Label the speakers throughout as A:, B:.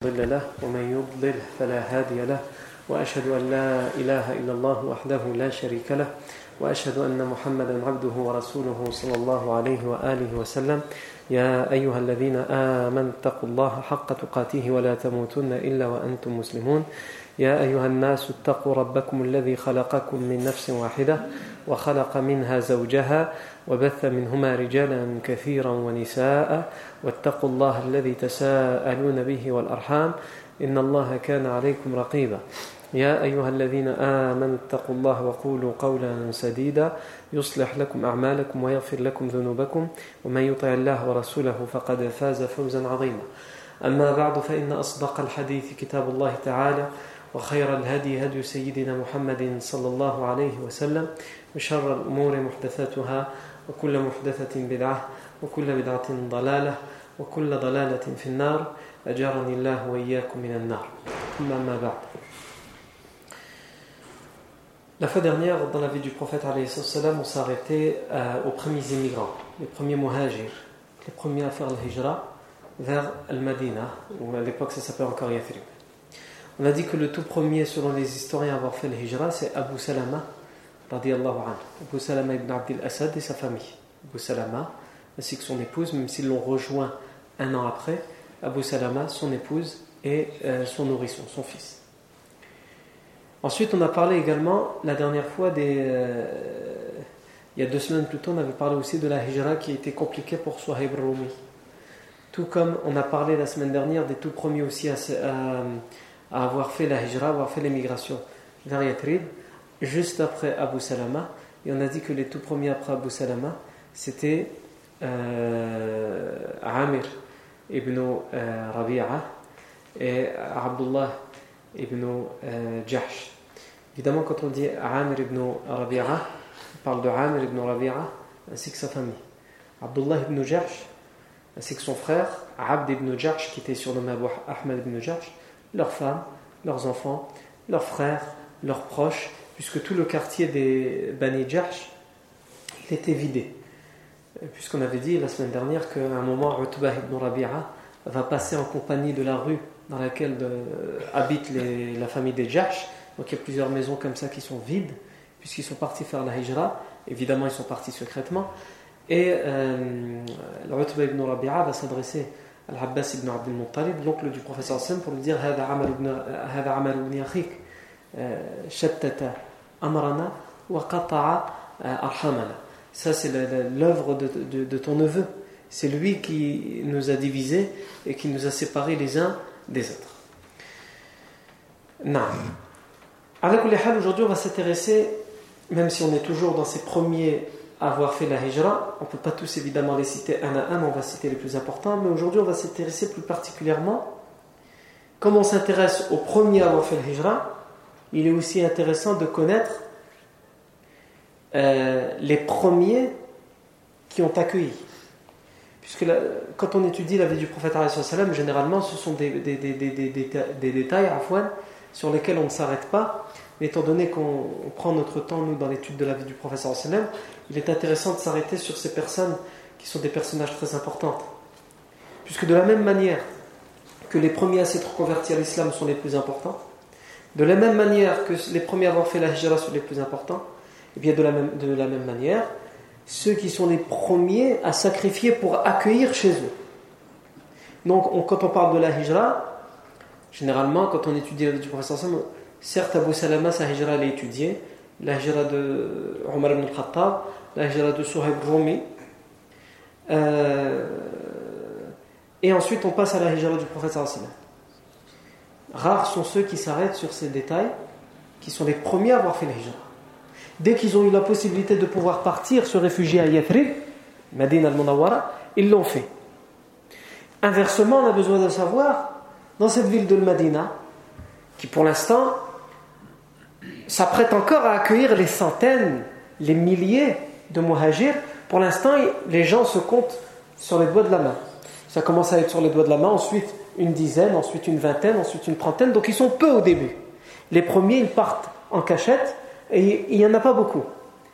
A: مضل له ومن يضلل فلا هادي له وأشهد أن لا إله إلا الله وحده لا شريك له وأشهد أن محمدا عبده ورسوله صلى الله عليه وآله وسلم يا أيها الذين آمنوا اتقوا الله حق تقاته ولا تموتن إلا وأنتم مسلمون يا أيها الناس اتقوا ربكم الذي خلقكم من نفس واحدة وخلق منها زوجها وبث منهما رجالا كثيرا ونساء واتقوا الله الذي تساءلون به والأرحام إن الله كان عليكم رقيبا يا أيها الذين آمنوا اتقوا الله وقولوا قولا سديدا يصلح لكم أعمالكم ويغفر لكم ذنوبكم ومن يطع الله ورسوله فقد فاز فوزا عظيما أما بعد فإن أصدق الحديث كتاب الله تعالى وخير الهدي هدي سيدنا محمد صلى الله عليه وسلم وشر الأمور محدثاتها وكل محدثة بدعة وكل بدعة ضلالة وكل ضلالة في النار أجارني الله وإياكم من النار ثم أما بعد. La fois dernière, dans la vie du prophète alayhi salam, on s'est arrêté aux premiers immigrants, les premiers muhajirs, les premiers à faire le hijra vers Al-Madina, ou à l'époque ça s'appelait encore Yathrib. On a dit que le tout premier, selon les historiens, à avoir fait le hijra, c'est Abu Salama, radiyallahu anhu. Abu Salama ibn Abdil Asad et sa famille. Abu Salama, ainsi que son épouse, même s'ils l'ont rejoint un an après, Abu Salama, son épouse et son nourrisson, son fils. Ensuite, on a parlé également, la dernière fois, il y a 2 semaines plus tôt, on avait parlé aussi de la hijra qui était compliquée pour Suhaib Rumi. Tout comme on a parlé la semaine dernière des tout premiers aussi à avoir fait la hijra, avoir fait l'émigration vers Yathrib, juste après Abu Salama. Et on a dit que les tout premiers après Abu Salama, c'était Amir ibn Rabi'a et Abdullah ibn Jahsh. Évidemment, quand on dit Amir ibn Rabi'a, on parle de Amir ibn Rabi'a ainsi que sa famille. Abdullah ibn Jahsh ainsi que son frère Abd ibn Jahsh, qui était surnommé Abu Ahmed ibn Jahsh, leurs femmes, leurs enfants, leurs frères, leurs proches, puisque tout le quartier des Bani Jahsh, il était vidé. Puisqu'on avait dit la semaine dernière qu'à un moment, Utbah ibn Rabi'a va passer en compagnie de la rue dans laquelle habite la famille des Jahsh. Donc il y a plusieurs maisons comme ça qui sont vides, puisqu'ils sont partis faire la hijra. Évidemment, ils sont partis secrètement. Et Utbah ibn Rabi'a va s'adresser à Al-Abbas ibn Abdul Muttalib, l'oncle du professeur Sam, pour lui dire Hada Amar ibn Akhik shattata amrana wa qata'a arhamana. Ça, c'est l'œuvre de ton neveu. C'est lui qui nous a divisés et qui nous a séparés les uns des autres. Aujourd'hui, on va s'intéresser, même si on est toujours dans ces premiers à avoir fait la hijra, on ne peut pas tous évidemment les citer un à un, mais on va citer les plus importants. Mais aujourd'hui, on va s'intéresser plus particulièrement, comme on s'intéresse aux premiers à avoir fait la hijra, il est aussi intéressant de connaître les premiers qui ont accueilli. Puisque quand on étudie la vie du prophète généralement ce sont des détails sur lesquels on ne s'arrête pas. Mais étant donné qu'on prend notre temps, nous, dans l'étude de la vie du prophète, il est intéressant de s'arrêter sur ces personnes qui sont des personnages très importants. Puisque de la même manière que les premiers à s'être convertis à l'islam sont les plus importants, de la même manière que les premiers à avoir fait la hijra sont les plus importants, et bien de la même manière, ceux qui sont les premiers à sacrifier pour accueillir chez eux. Donc quand on parle de la hijra, généralement quand on étudie la vie du prophète, certes Abu Salama, sa hijra elle est étudiée, la hijra de Omar ibn al-Khattab, la hijra de Suhaib Rumi, et ensuite on passe à la hijra du prophète. Rares sont ceux qui s'arrêtent sur ces détails, qui sont les premiers à avoir fait la hijra. Dès qu'ils ont eu la possibilité de pouvoir partir, se réfugier à Yathrib, Madina al-Munawwara, ils l'ont fait. Inversement, on a besoin de savoir, dans cette ville de Madina, qui pour l'instant s'apprête encore à accueillir les centaines, les milliers de muhajirs, pour l'instant, les gens se comptent sur les doigts de la main. Ça commence à être sur les doigts de la main, ensuite une dizaine, ensuite une vingtaine, ensuite une trentaine, donc ils sont peu au début. Les premiers, ils partent en cachette, et il n'y en a pas beaucoup.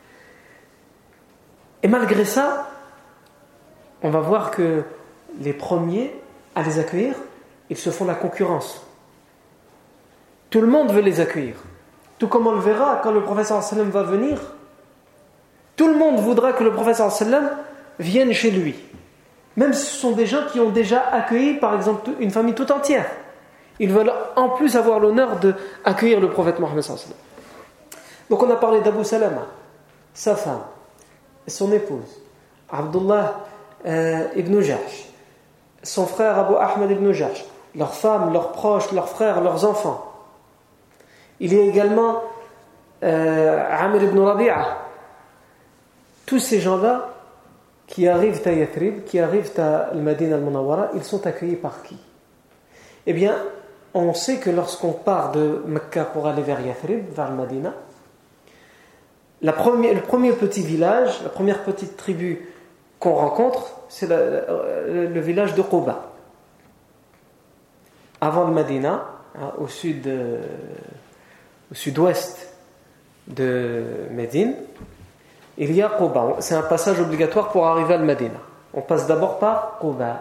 A: Et malgré ça, on va voir que les premiers à les accueillir, ils se font la concurrence. Tout le monde veut les accueillir. Tout comme on le verra quand le prophète sallam va venir, tout le monde voudra que le prophète sallam vienne chez lui. Même si ce sont des gens qui ont déjà accueilli, par exemple, une famille tout entière. Ils veulent en plus avoir l'honneur d'accueillir le prophète Mohammed sallam. Donc on a parlé d'Abu Salama, sa femme, son épouse, Abdullah ibn Jahsh, son frère Abu Ahmed ibn Jahsh, leurs femmes, leurs proches, leurs frères, leurs enfants. Il y a également Amir ibn Rabi'a. Tous ces gens-là qui arrivent à Yathrib, qui arrivent à Al-Madina al-Munawwara, ils sont accueillis par qui? Eh bien, on sait que lorsqu'on part de Mecca pour aller vers Yathrib, vers Al-Madina, le premier petit village, la première petite tribu qu'on rencontre, c'est le village de Quba. Avant le Madina, au sud-ouest de Médine, il y a Quba. C'est un passage obligatoire pour arriver à Al-Madina. On passe d'abord par Quba.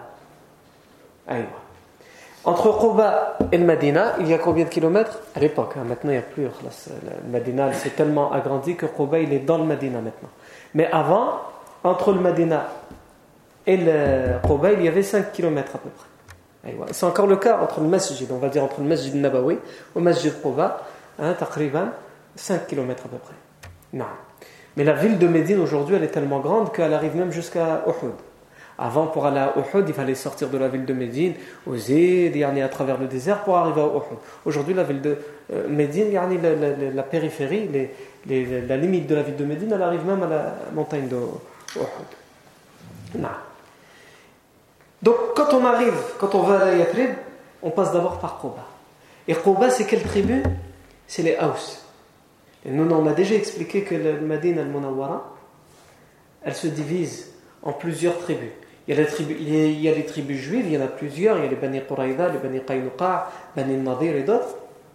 A: Entre Quba et le Madina, il y a combien de kilomètres? À l'époque, maintenant il n'y a plus. Le Madina s'est tellement agrandi que Quba il est dans le Madina maintenant. Mais avant, entre le Madina et le Quba, il y avait 5 kilomètres à peu près. C'est encore le cas entre le Masjid, on va dire entre le Masjid Nabawi et le Masjid Quba, taqriban 5 kilomètres à peu près. Non. Mais la ville de Médine aujourd'hui, elle est tellement grande qu'elle arrive même jusqu'à Uhud. Avant, pour aller à Uhud, il fallait sortir de la ville de Médine, oser, à travers le désert pour arriver à Uhud. Aujourd'hui, la ville de Médine, la périphérie, la limite de la ville de Médine, elle arrive même à la montagne de Uhud. Non. Donc, quand on va à Yathrib, on passe d'abord par Quba. Et Quba, c'est quelle tribu? C'est les Haus. Et nous, on a déjà expliqué que le Madina al-Munawwara, elle se divise en plusieurs tribus. Il y a les tribus juives, il y en a plusieurs. Il y a les Bani Quraïda, les Bani Qaynuqa, Bani Nadir et d'autres.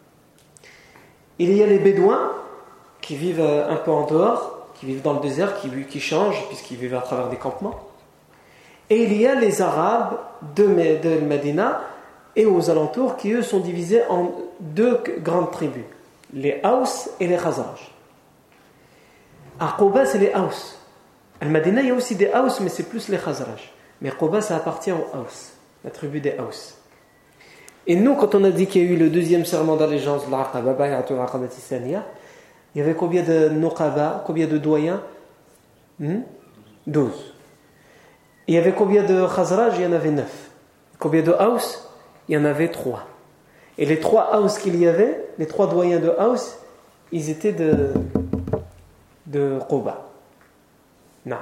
A: Il y a les Bédouins qui vivent un peu en dehors, qui vivent dans le désert, qui changent puisqu'ils vivent à travers des campements. Et il y a les Arabes de Médina et aux alentours qui, eux, sont divisés en deux grandes tribus. Les Haus et les Khazraj. À Quba, c'est les Haus. À Al-Madina, il y a aussi des Haus, mais c'est plus les Khazraj. Mais Quba, ça appartient aux Haus, la tribu des Haus. Et nous, quand on a dit qu'il y a eu le deuxième serment d'allégeance, l'Aqaba, Bay'atul Aqaba Tissaniya, il y avait combien de Nuqaba, combien de doyens? 12. Il y avait combien de Khazraj? Il y en avait 9. Combien de Haus? Il y en avait 3. Et les 3 Haus qu'il y avait, les 3 doyens de Haus, ils étaient de Quba. Non.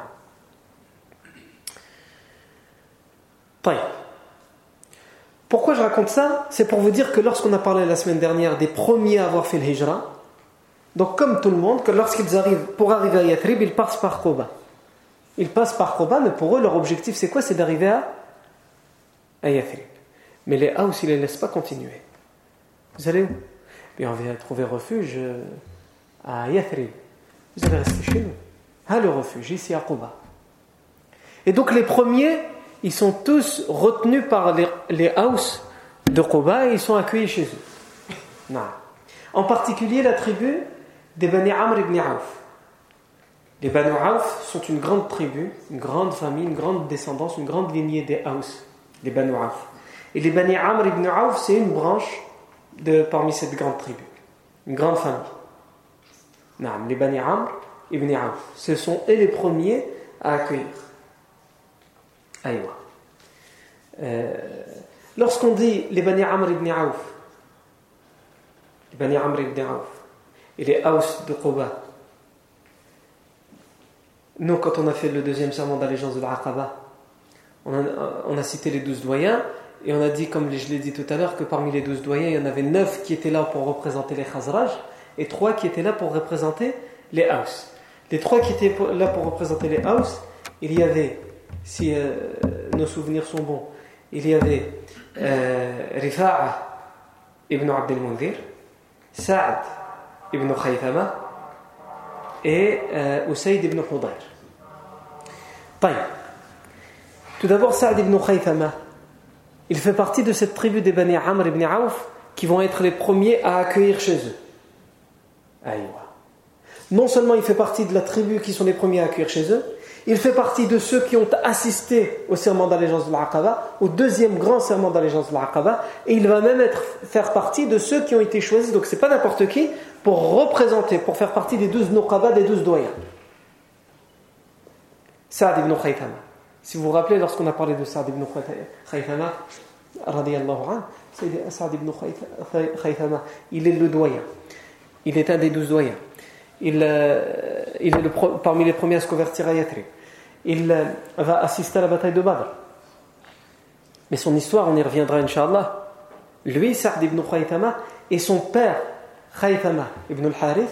A: Pourquoi je raconte ça? C'est pour vous dire que lorsqu'on a parlé la semaine dernière des premiers à avoir fait le hijra, donc comme tout le monde, que lorsqu'ils arrivent, pour arriver à Yathrib, ils passent par Quba. Ils passent par Quba, mais pour eux, leur objectif c'est quoi? C'est d'arriver à Yathrib. Mais les Haus, ils ne les laissent pas continuer. Vous allez où? Bien, on vient trouver refuge à Yathrib. Vous allez rester chez nous. Le refuge, ici à Quba. Et donc les premiers, ils sont tous retenus par les Haus de Quba et ils sont accueillis chez eux. Non. En particulier la tribu des Bani Amr ibn Auf. Les Bani Auf sont une grande tribu, une grande famille, une grande descendance, une grande lignée des Haus, les Bani Auf. Et les Bani Amr ibn Auf, c'est une branche parmi cette grande tribu, une grande famille. Non, les Bani Amr ibn Auf, ce sont eux les premiers à accueillir. Lorsqu'on dit les Bani Amr ibn Auf, et les Haus de Quba, nous quand on a fait le deuxième serment d'allégeance de l'Aqaba, on a cité les 12 doyens et on a dit, comme je l'ai dit tout à l'heure, que parmi les 12 doyens il y en avait 9 qui étaient là pour représenter les Khazraj et 3 qui étaient là pour représenter les Haus. Les 3 qui étaient là pour représenter les Haus, il y avait, si nos souvenirs sont bons, il y avait Rifa'a ibn Abd al-Mundhir, Sa'd ibn Khaythama et Usayd ibn Hudayr. Tout d'abord, Sa'd ibn Khaythama, il fait partie de cette tribu des Bani Amr ibn Auf qui vont être les premiers à accueillir chez eux. Aïwa. Non seulement il fait partie de la tribu qui sont les premiers à accueillir chez eux, il fait partie de ceux qui ont assisté au serment d'allégeance de l'Aqaba, au deuxième grand serment d'allégeance de l'Aqaba, et il va même faire partie de ceux qui ont été choisis, donc c'est pas n'importe qui, pour représenter, pour faire partie des 12 Nuqaba, des 12 doyens. Sa'd ibn Khaythama. Si vous vous rappelez, lorsqu'on a parlé de Sa'd ibn Khaythama, radiyallahu anhu, Sa'd ibn Khaythama, il est le doyen. Il est un des 12 doyens. Il est parmi les premiers à se convertir à Yathrib. Il va assister à la bataille de Badr. Mais son histoire, on y reviendra, Inch'Allah. Lui, Sa'd ibn Khaythama, et son père, Khaythama ibn al-Harith,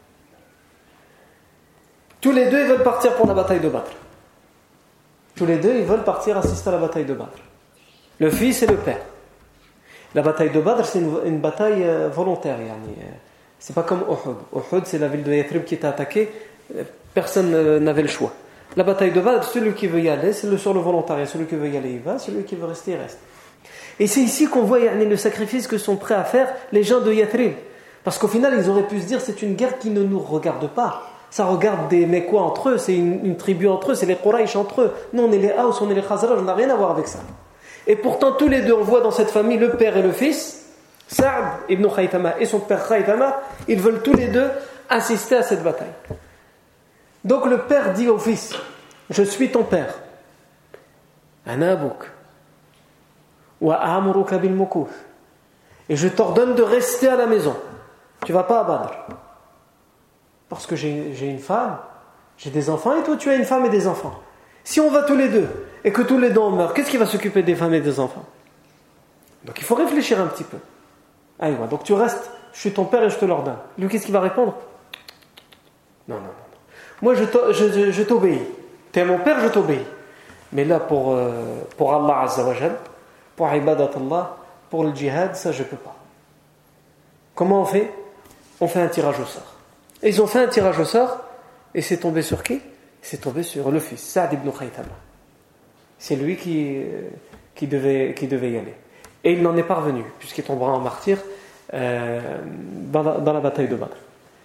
A: tous les deux, ils veulent partir pour la bataille de Badr. Tous les deux, ils veulent partir assister à la bataille de Badr. Le fils et le père. La bataille de Badr, c'est une bataille volontaire. C'est pas comme Uhud. Uhud, c'est la ville de Yathrib qui était attaquée. Personne n'avait le choix. La bataille de Badr, celui qui veut y aller, c'est sur le volontariat. Celui qui veut y aller, il va. Celui qui veut rester, il reste. Et c'est ici qu'on voit le sacrifice que sont prêts à faire les gens de Yathrib. Parce qu'au final, ils auraient pu se dire, c'est une guerre qui ne nous regarde pas. Ça regarde des Mekwa entre eux, c'est une tribu entre eux, c'est les Quraysh entre eux. Nous, on est les Aws, on est les Khazraj, on n'a rien à voir avec ça. Et pourtant, tous les deux, on voit dans cette famille le père et le fils, Sa'd ibn Khaythama et son père Khaythama, ils veulent tous les deux assister à cette bataille. Donc le père dit au fils, je suis ton père. Ana abouk. Wa a'muruka bil mukouth. Et je t'ordonne de rester à la maison. Tu vas pas à Badr. Parce que j'ai une femme, j'ai des enfants, et toi tu as une femme et des enfants. Si on va tous les deux, et que tous les deux on meurt, qu'est-ce qui va s'occuper des femmes et des enfants? Donc il faut réfléchir un petit peu. Aïwa, donc tu restes, je suis ton père et je te l'ordonne. Lui, qu'est-ce qu'il va répondre? Non. Moi je t'obéis. Tu es mon père, je t'obéis. Mais là, pour Allah Azza wa Jal, pour Ibadat Allah, pour le djihad, ça je peux pas. Comment on fait? On fait un tirage au sort. Et ils ont fait un tirage au sort, et c'est tombé sur qui? C'est tombé sur le fils, Sa'd ibn Khaythama. C'est lui qui devait y aller. Et il n'en est pas revenu, puisqu'il tombera en martyr dans la bataille de Badr.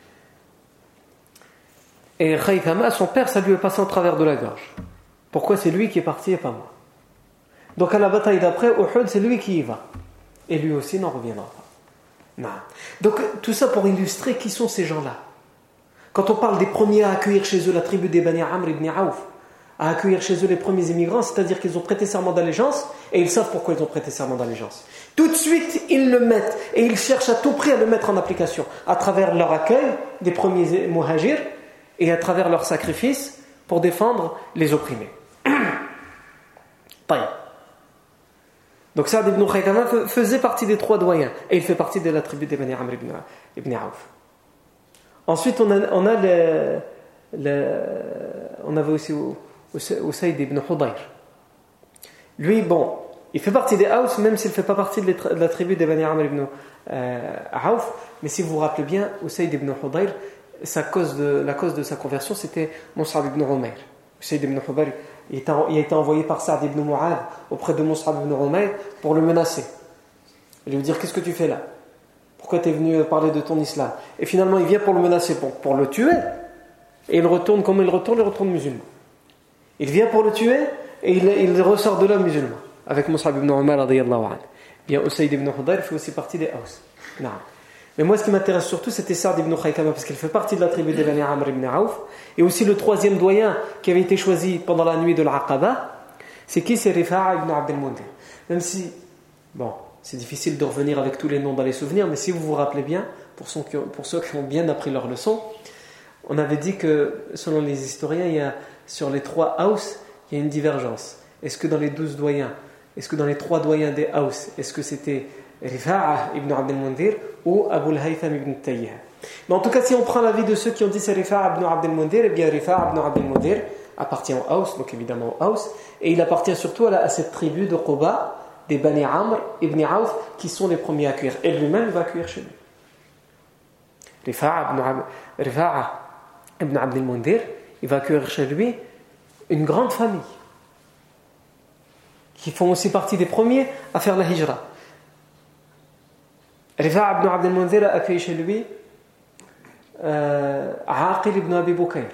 A: Et Khaythama, son père, ça lui est passé en travers de la gorge. Pourquoi c'est lui qui est parti et pas moi? Donc à la bataille d'après, Uhud, c'est lui qui y va. Et lui aussi n'en reviendra pas. Non. Donc tout ça pour illustrer qui sont ces gens-là. Quand on parle des premiers à accueillir chez eux la tribu des Bani Amr ibn Auf, à accueillir chez eux les premiers immigrants, c'est-à-dire qu'ils ont prêté serment d'allégeance, et ils savent pourquoi ils ont prêté serment d'allégeance. Tout de suite, ils le mettent, et ils cherchent à tout prix à le mettre en application, à travers leur accueil des premiers muhajirs, et à travers leur sacrifice pour défendre les opprimés. Donc Sa'd ibn Khaythama faisait partie des 3 doyens, et il fait partie de la tribu des Bani Amr ibn Auf. Ensuite, on avait aussi Usayd ibn Hudayr. Lui, bon, il fait partie des Aws, même s'il ne fait pas partie de la tribu des Bani Amr ibn Auf. Mais si vous vous rappelez bien, Usayd ibn Hudayr, la cause de sa conversion, c'était Mus'ab ibn Umayr. Usayd ibn Hudayr, il a été envoyé par Sa'd ibn Mu'adh auprès de Mus'ab ibn Umayr pour le menacer. Il lui dire, qu'est-ce que tu fais là? Pourquoi tu es venu parler de ton islam? Et finalement, il vient pour le menacer, pour le tuer. Et il retourne, comment il retourne musulman. Il vient pour le tuer, et il ressort de là musulman. Avec Mus'ab ibn Umayr radiyallahu anhu. Bien, Usayd ibn Hudayr fait aussi partie des Aws. Non. Mais moi, ce qui m'intéresse surtout, c'était Sa'd ibn Khaythama, parce qu'il fait partie de la tribu des Bani Amr ibn Auf. Et aussi le 3e doyen qui avait été choisi pendant la nuit de l'Aqaba. C'est qui? C'est Rifa'a ibn Abd al-Mundhir. Même si, bon, c'est difficile de revenir avec tous les noms dans les souvenirs, mais si vous vous rappelez bien, pour ceux qui ont bien appris leur leçon, on avait dit que, selon les historiens, sur les 3 Aws, il y a une divergence. Est-ce que dans les 12 doyens, est-ce que dans les 3 doyens des Aws, est-ce que c'était Rifa'a ibn Abd al-Mundhir ou Abu al-Haytham ibn Tayyah? Mais en tout cas, si on prend l'avis de ceux qui ont dit c'est Rifa'a ibn Abd al-Mundhir, eh bien Rifa'a ibn Abd al-Mundhir appartient aux Aws, donc évidemment aux Aws, et il appartient surtout à cette tribu de Quba, des Bani Amr ibn Auf, qui sont les premiers à accueillir. Et lui-même va accueillir chez lui. Rifa'a ibn Abd al-Mundhir, il va accueillir chez lui une grande famille qui font aussi partie des premiers à faire la hijra. Rifa' ibn Abd al-Munzir a accueilli chez lui Aqil ibn Abi Bukayr.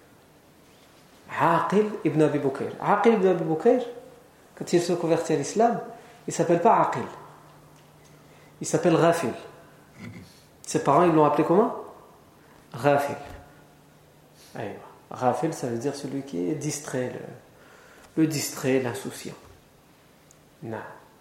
A: Aqil ibn Abi Bukayr. Aqil ibn Abi Bukayr, quand il se convertit à l'islam, il ne s'appelle pas Aqil. Il s'appelle Ghafil. Ses parents, ils l'ont appelé comment? Ghafil. Ghafil, ça veut dire celui qui est distrait, le distrait, l'insouciant. Non.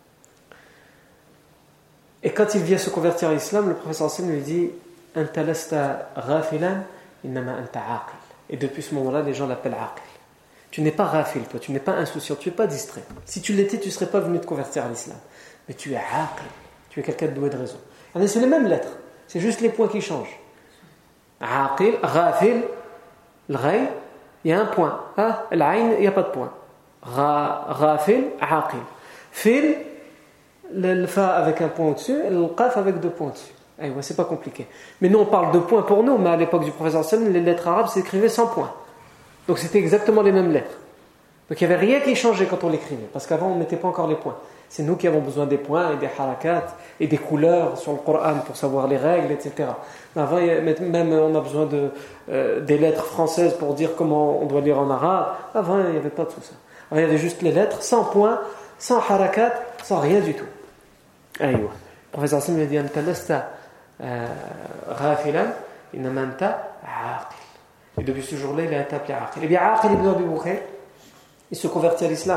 A: Et quand il vient se convertir à l'islam, le professeur Hassan lui dit Anta lasta ghafilan, innama anta aqil. Et depuis ce moment-là, les gens l'appellent aqil. Tu n'es pas ghafil, toi, tu n'es pas insouciant, tu n'es pas distrait. Si tu l'étais, tu ne serais pas venu te convertir à l'islam. Mais tu es aqil, tu es quelqu'un de doué de raison. Alors, c'est les mêmes lettres, c'est juste les points qui changent. Aqil, ghafil, le ghay, il y a un point. L'ayn, il n'y a pas de point. Ghafil, aqil. Fil, le fa avec un point au-dessus, et le qaf avec 2 points au-dessus. C'est pas compliqué. Mais nous on parle de points pour nous, mais à l'époque du professeur Sallam, les lettres arabes s'écrivaient sans points. Donc c'était exactement les mêmes lettres. Donc il n'y avait rien qui changeait quand on l'écrivait, parce qu'avant on ne mettait pas encore les points. C'est nous qui avons besoin des points et des harakat et des couleurs sur le Coran pour savoir les règles, etc. Avant, même on a besoin des lettres françaises pour dire comment on doit lire en arabe. Avant, il n'y avait pas tout ça. Avant, il y avait juste les lettres, sans points, sans harakat, sans rien du tout. Le professeur Hassan lui a dit Anta lasta ghafilan, innama anta aqil. Et depuis ce jour-là, il a été appelé Aqil. Et bien, Aqil ibn Abi Bukayr, il se convertit à l'islam.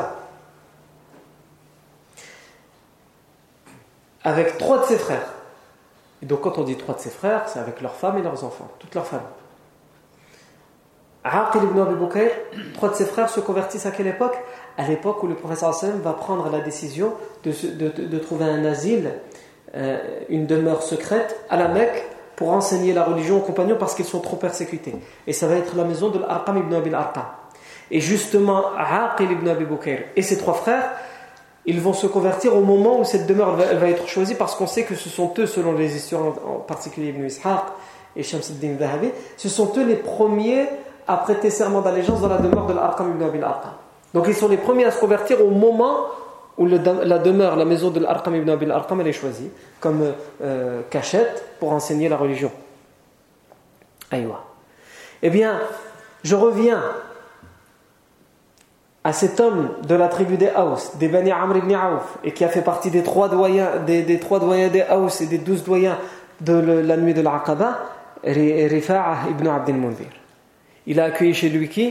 A: Avec 3 de ses frères. Et donc, quand on dit 3 de ses frères, c'est avec leurs femmes et leurs enfants, toute leur famille. Aqil ibn Abi Bukayr, 3 de ses frères se convertissent à quelle époque? À l'époque où le professeur Hassan va prendre la décision de trouver un asile, une demeure secrète à la Mecque pour enseigner la religion aux compagnons parce qu'ils sont trop persécutés. Et ça va être la maison de l'Arqam ibn Abi al-Arqam. Et justement, Aqil ibn Abi Bukayr et ses 3 frères, ils vont se convertir au moment où cette demeure elle va être choisie, parce qu'on sait que ce sont eux, selon les historiens, en particulier Ibn Ishaq et Shamsuddin Dhahabi, ce sont eux les premiers à prêter serment d'allégeance dans la demeure de l'Arqam ibn Abi al-Arqam. Donc ils sont les premiers à se convertir au moment où la demeure, la maison de l'Arqam ibn Abi al-Arqam, elle est choisie comme cachette pour enseigner la religion. Eh bien, je reviens à cet homme de la tribu des Aws, des Bani Amr ibn Auf, et qui a fait partie des 3 doyens des 3 doyens des Aws et des 12 doyens de la nuit de l'Aqaba, Rifa' ibn Abd al-Munzir. Il a accueilli chez lui qui?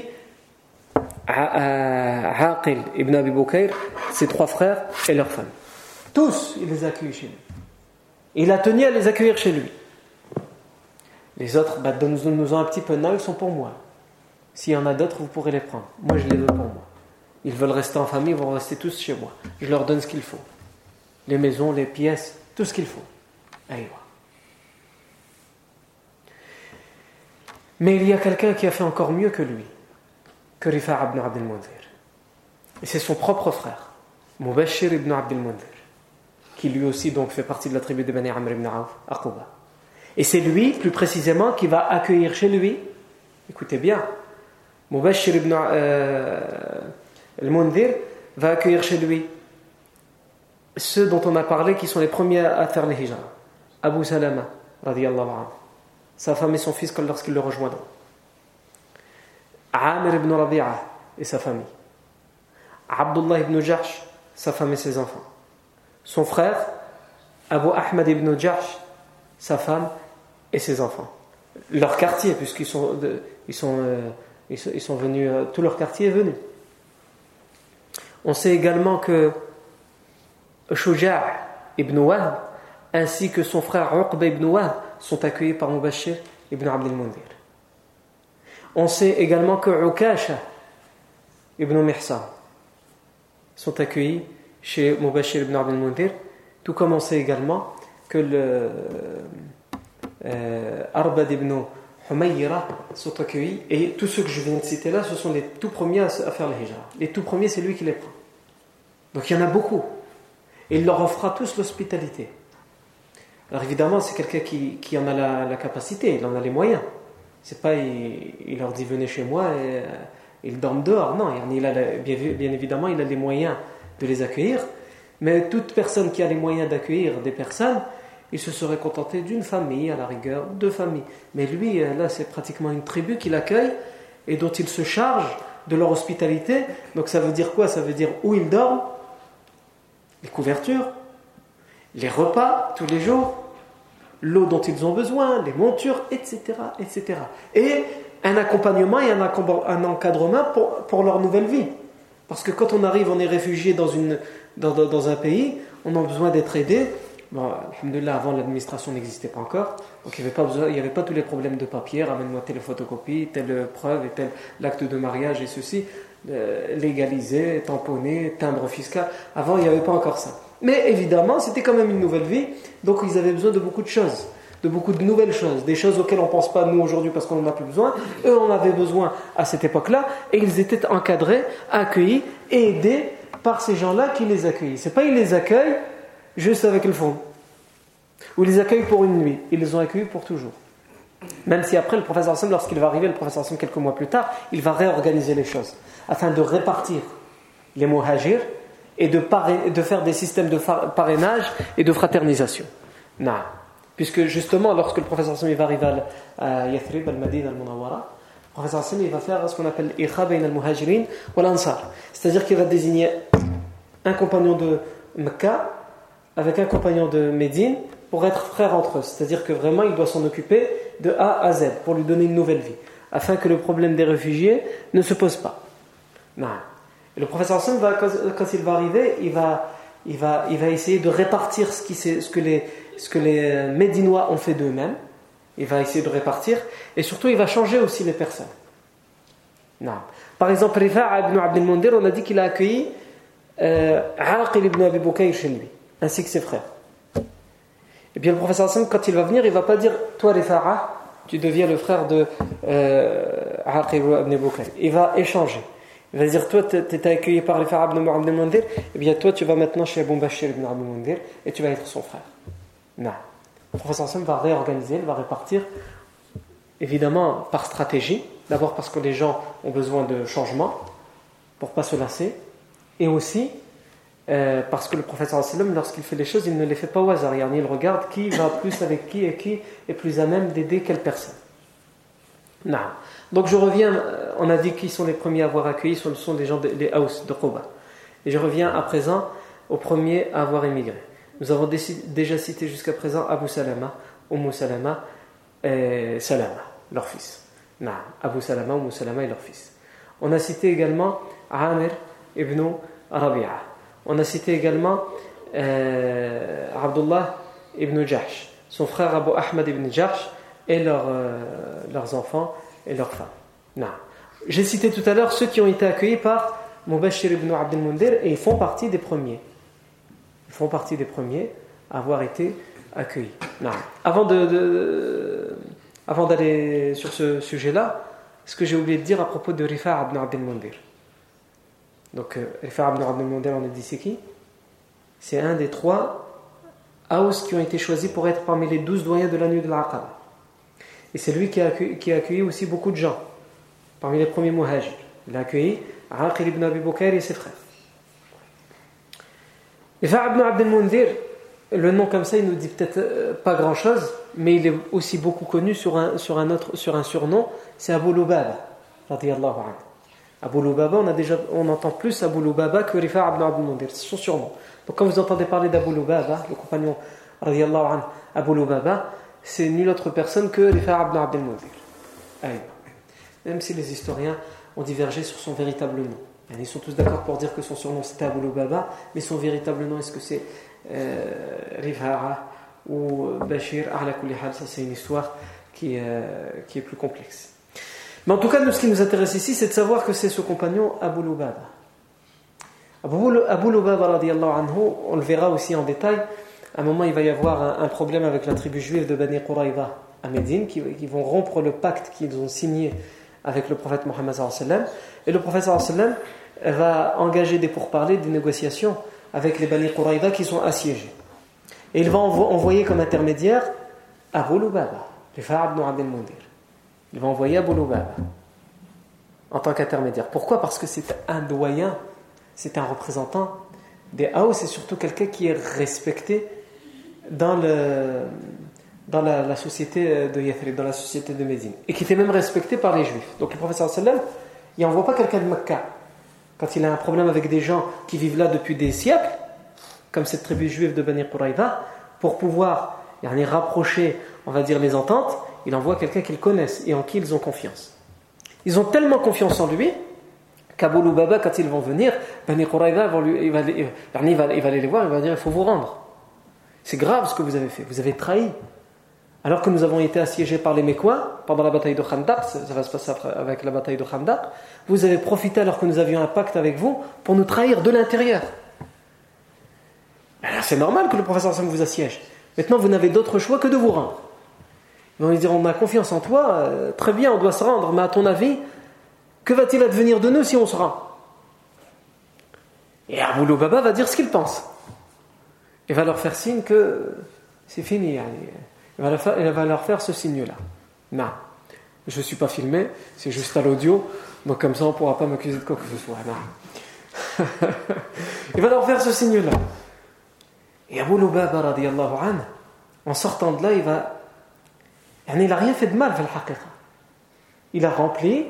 A: Aqil ibn Abi Bukayr, ses 3 frères et leurs femmes. Tous, il les a accueillis chez lui. Il a tenu à les accueillir chez lui. Les autres, nous ont un petit peu, non, ils sont pour moi. S'il y en a d'autres, vous pourrez les prendre. Moi, je les veux pour moi. Ils veulent rester en famille, ils vont rester tous chez moi. Je leur donne ce qu'il faut. Les maisons, les pièces, tout ce qu'il faut. Mais il y a quelqu'un qui a fait encore mieux que lui, que Rifa' ibn Abd al-Munzir. Et c'est son propre frère, Mubashir ibn Abd al-Munzir, qui lui aussi donc fait partie de la tribu de Bani Amr ibn Auf, à Quba. Et c'est lui, plus précisément, qui va accueillir chez lui, écoutez bien, Mubashir ibn al-Munzir va accueillir chez lui ceux dont on a parlé qui sont les premiers à faire les hijra. Abu Salama, radiyallahu anhu, sa femme et son fils lorsqu'ils le rejoindront. Amir ibn Rabi'a et sa famille. Abdullah ibn Jahsh, sa femme et ses enfants. Son frère, Abu Ahmad ibn Jahsh, sa femme et ses enfants. Leur quartier, puisqu'ils sont venus, tout leur quartier est venu. On sait également que Shuja' ibn Wahb ainsi que son frère Uqba ibn Wahb sont accueillis par Mubashir ibn Abd al-Munzir. On sait également que Ukasha ibn Mihsan sont accueillis chez Mubashir ibn Abd al-Munzir, tout comme on sait également que Arbad ibn Humayra sont accueillis, et tous ceux que je viens de citer là, ce sont les tout premiers à faire le hijra. Les tout premiers, c'est lui qui les prend. Donc il y en a beaucoup. Et il leur offrira tous l'hospitalité. Alors évidemment, c'est quelqu'un qui en a la capacité, il en a les moyens. C'est pas, il leur dit venez chez moi et ils dorment dehors. Non, bien évidemment, il a les moyens de les accueillir. Mais toute personne qui a les moyens d'accueillir des personnes, il se serait contenté d'une famille à la rigueur, ou deux familles. Mais lui, là, c'est pratiquement une tribu qu'il accueille et dont il se charge de leur hospitalité. Donc ça veut dire quoi? Ça veut dire où ils dorment, les couvertures, les repas tous les jours, l'eau dont ils ont besoin, les montures, etc. etc. Et un accompagnement et un encadrement pour leur nouvelle vie. Parce que quand on arrive, on est réfugié dans un pays, on a besoin d'être aidé. Bon, alhamdoulilah, avant l'administration n'existait pas encore, donc il n'y avait pas tous les problèmes de papier, ramène-moi telle photocopie, telle preuve et tel l'acte de mariage et ceci, légalisé, tamponné, timbre fiscal. Avant, il n'y avait pas encore ça. Mais évidemment, c'était quand même une nouvelle vie, donc ils avaient besoin de beaucoup de choses, de beaucoup de nouvelles choses, des choses auxquelles on ne pense pas nous aujourd'hui parce qu'on n'en a plus besoin. Eux en avaient besoin à cette époque-là, et ils étaient encadrés, accueillis et aidés par ces gens-là qui les accueillent. C'est pas ils les accueillent juste avec le fond, ou ils les accueillent pour une nuit, ils les ont accueillis pour toujours. Même si après le professeur Hassan, lorsqu'il va arriver, le professeur Hassan quelques mois plus tard, il va réorganiser les choses afin de répartir les muhajirs et de faire des systèmes de parrainage et de fraternisation. Non. Puisque justement, lorsque le professeur Hassan va arriver à Yathrib, al-Madina, al-Munawwara, le professeur Hassan va faire ce qu'on appelle l'ikha bayn al-muhajirin wa al-ansar, c'est-à-dire qu'il va désigner un compagnon de Mecca avec un compagnon de Médine pour être frères entre eux. C'est-à-dire que vraiment il doit s'en occuper de A à Z pour lui donner une nouvelle vie, afin que le problème des réfugiés ne se pose pas. Non. Et le professeur Hassan, quand il va arriver, il va essayer de répartir ce que les Médinois ont fait d'eux-mêmes. Il va essayer de répartir, et surtout il va changer aussi les personnes. Non. Par exemple, Rifa'a ibn Abd al-Mundhir, on a dit qu'il a accueilli Aqil ibn Abi Bukayr chez lui, ainsi que ses frères. Et bien le professeur Hassan, quand il va venir, il ne va pas dire toi Rifa'a, tu deviens le frère de Aqil ibn Abi Bukayr. Il va échanger. Il va dire toi tu es accueilli par Rifa'a ibn Abd al-Mundhir, et bien toi tu vas maintenant chez Abu Bashir ibn Abd al-Mundhir et tu vas être son frère. Non. Le professeur Hassan va réorganiser, il va répartir, évidemment par stratégie. D'abord parce que les gens ont besoin de changement pour ne pas se lasser, et aussi parce que le professeur sallam, lorsqu'il fait les choses, il ne les fait pas au hasard. Il regarde qui va plus avec qui et qui est plus à même d'aider quelle personne. Non. Donc je reviens, on a dit qui sont les premiers à avoir accueilli, ce sont les gens des Haus de Quba. Et je reviens à présent aux premiers à avoir émigré. Nous avons déjà cité jusqu'à présent Abu Salama, Salama et Salama, leur fils. Non, Abu Salama, Salama et leur fils. On a cité également Amir ibn Rabi'a. On a cité également Abdullah ibn Jahsh, son frère Abu Ahmad ibn Jahsh et leurs enfants et leurs femmes. Non. J'ai cité tout à l'heure ceux qui ont été accueillis par Mubashir ibn Abd al-Mundhir et ils font partie des premiers. Ils font partie des premiers à avoir été accueillis. Non. Avant d'aller sur ce sujet-là, ce que j'ai oublié de dire à propos de Rifa'a ibn Abd al-Mundhir. Donc Rifa'a ibn Abd al-Mundhir, on a dit c'est qui? C'est un des 3 Haus qui ont été choisis pour être parmi les 12 doyens de la nuit de l'Aqaba. Et c'est lui qui a accueilli aussi beaucoup de gens, parmi les premiers muhajirs. Il a accueilli Aqil ibn Abi Bukayr et ses frères. Rifa'a ibn Abd al-Mundhir, le nom comme ça, il nous dit peut-être pas grand-chose, mais il est aussi beaucoup connu sur un surnom, c'est Abu Lubaba, radiyallahu anhu. Abu Lubaba, on entend plus Abu Lubaba que Rifa'a ibn Abd al-Mundhir, c'est son surnom. Donc quand vous entendez parler d'Abu Lubaba, le compagnon radiyallahu anhu, Abu Lubaba, c'est nulle autre personne que Rifa'a ibn Abd al-Mundhir. Même si les historiens ont divergé sur son véritable nom. Ils sont tous d'accord pour dire que son surnom c'était Abu Lubaba, mais son véritable nom, est-ce que c'est Rifa'a ou Bashir? Ala kulli hal, ça c'est une histoire qui est plus complexe. Mais en tout cas, ce qui nous intéresse ici, c'est de savoir que c'est ce compagnon Abu Lubaba. Abu Lubaba radiyallahu anhu, on le verra aussi en détail. À un moment, il va y avoir un problème avec la tribu juive de Bani Quraïda à Médine, qui vont rompre le pacte qu'ils ont signé avec le prophète Mohammed sallallahu alayhi wa sallam. Et le prophète sallallahu alayhi wa sallam va engager des pourparlers, des négociations avec les Bani Quraïda qui sont assiégés. Et il va envoyer comme intermédiaire Abu Lubaba, Rifa'a ibn Abd al-Mundhir. Il va envoyer Abu Lubaba en tant qu'intermédiaire. Pourquoi? Parce que c'est un doyen, c'est un représentant des Aws, c'est surtout quelqu'un qui est respecté dans la société de Yathrib, dans la société de Médine, et qui était même respecté par les Juifs. Donc le prophète sallallahu alayhi wa sallam, il n'envoie pas quelqu'un de Mecca quand il a un problème avec des gens qui vivent là depuis des siècles, comme cette tribu juive de Bani Quraïda, pour pouvoir rapprocher, on va dire, les ententes. Il envoie quelqu'un qu'ils connaissent et en qui ils ont confiance. Ils ont tellement confiance en lui qu'Abu Lubaba, quand ils vont venir, Bani Quraïda il va aller les voir, il va dire: il faut vous rendre. C'est grave ce que vous avez fait, vous avez trahi. Alors que nous avons été assiégés par les Mécois pendant la bataille de Khandaq, ça va se passer avec la bataille de Khandaq, vous avez profité alors que nous avions un pacte avec vous pour nous trahir de l'intérieur. Alors c'est normal que le professeur Hassan vous assiège. Maintenant vous n'avez d'autre choix que de vous rendre. Ils vont lui dire: on a confiance en toi, très bien, on doit se rendre, mais à ton avis, que va-t-il advenir de nous si on se rend? Et Abu Lubaba va dire ce qu'il pense. Il va leur faire signe que c'est fini. Il va leur faire ce signe-là. Non, je ne suis pas filmé, c'est juste à l'audio, donc comme ça on ne pourra pas m'accuser de quoi que ce soit. Non. Il va leur faire ce signe-là. Et Abu Lubaba radiyallahu anhu, en sortant de là, il n'a rien fait de mal, il a rempli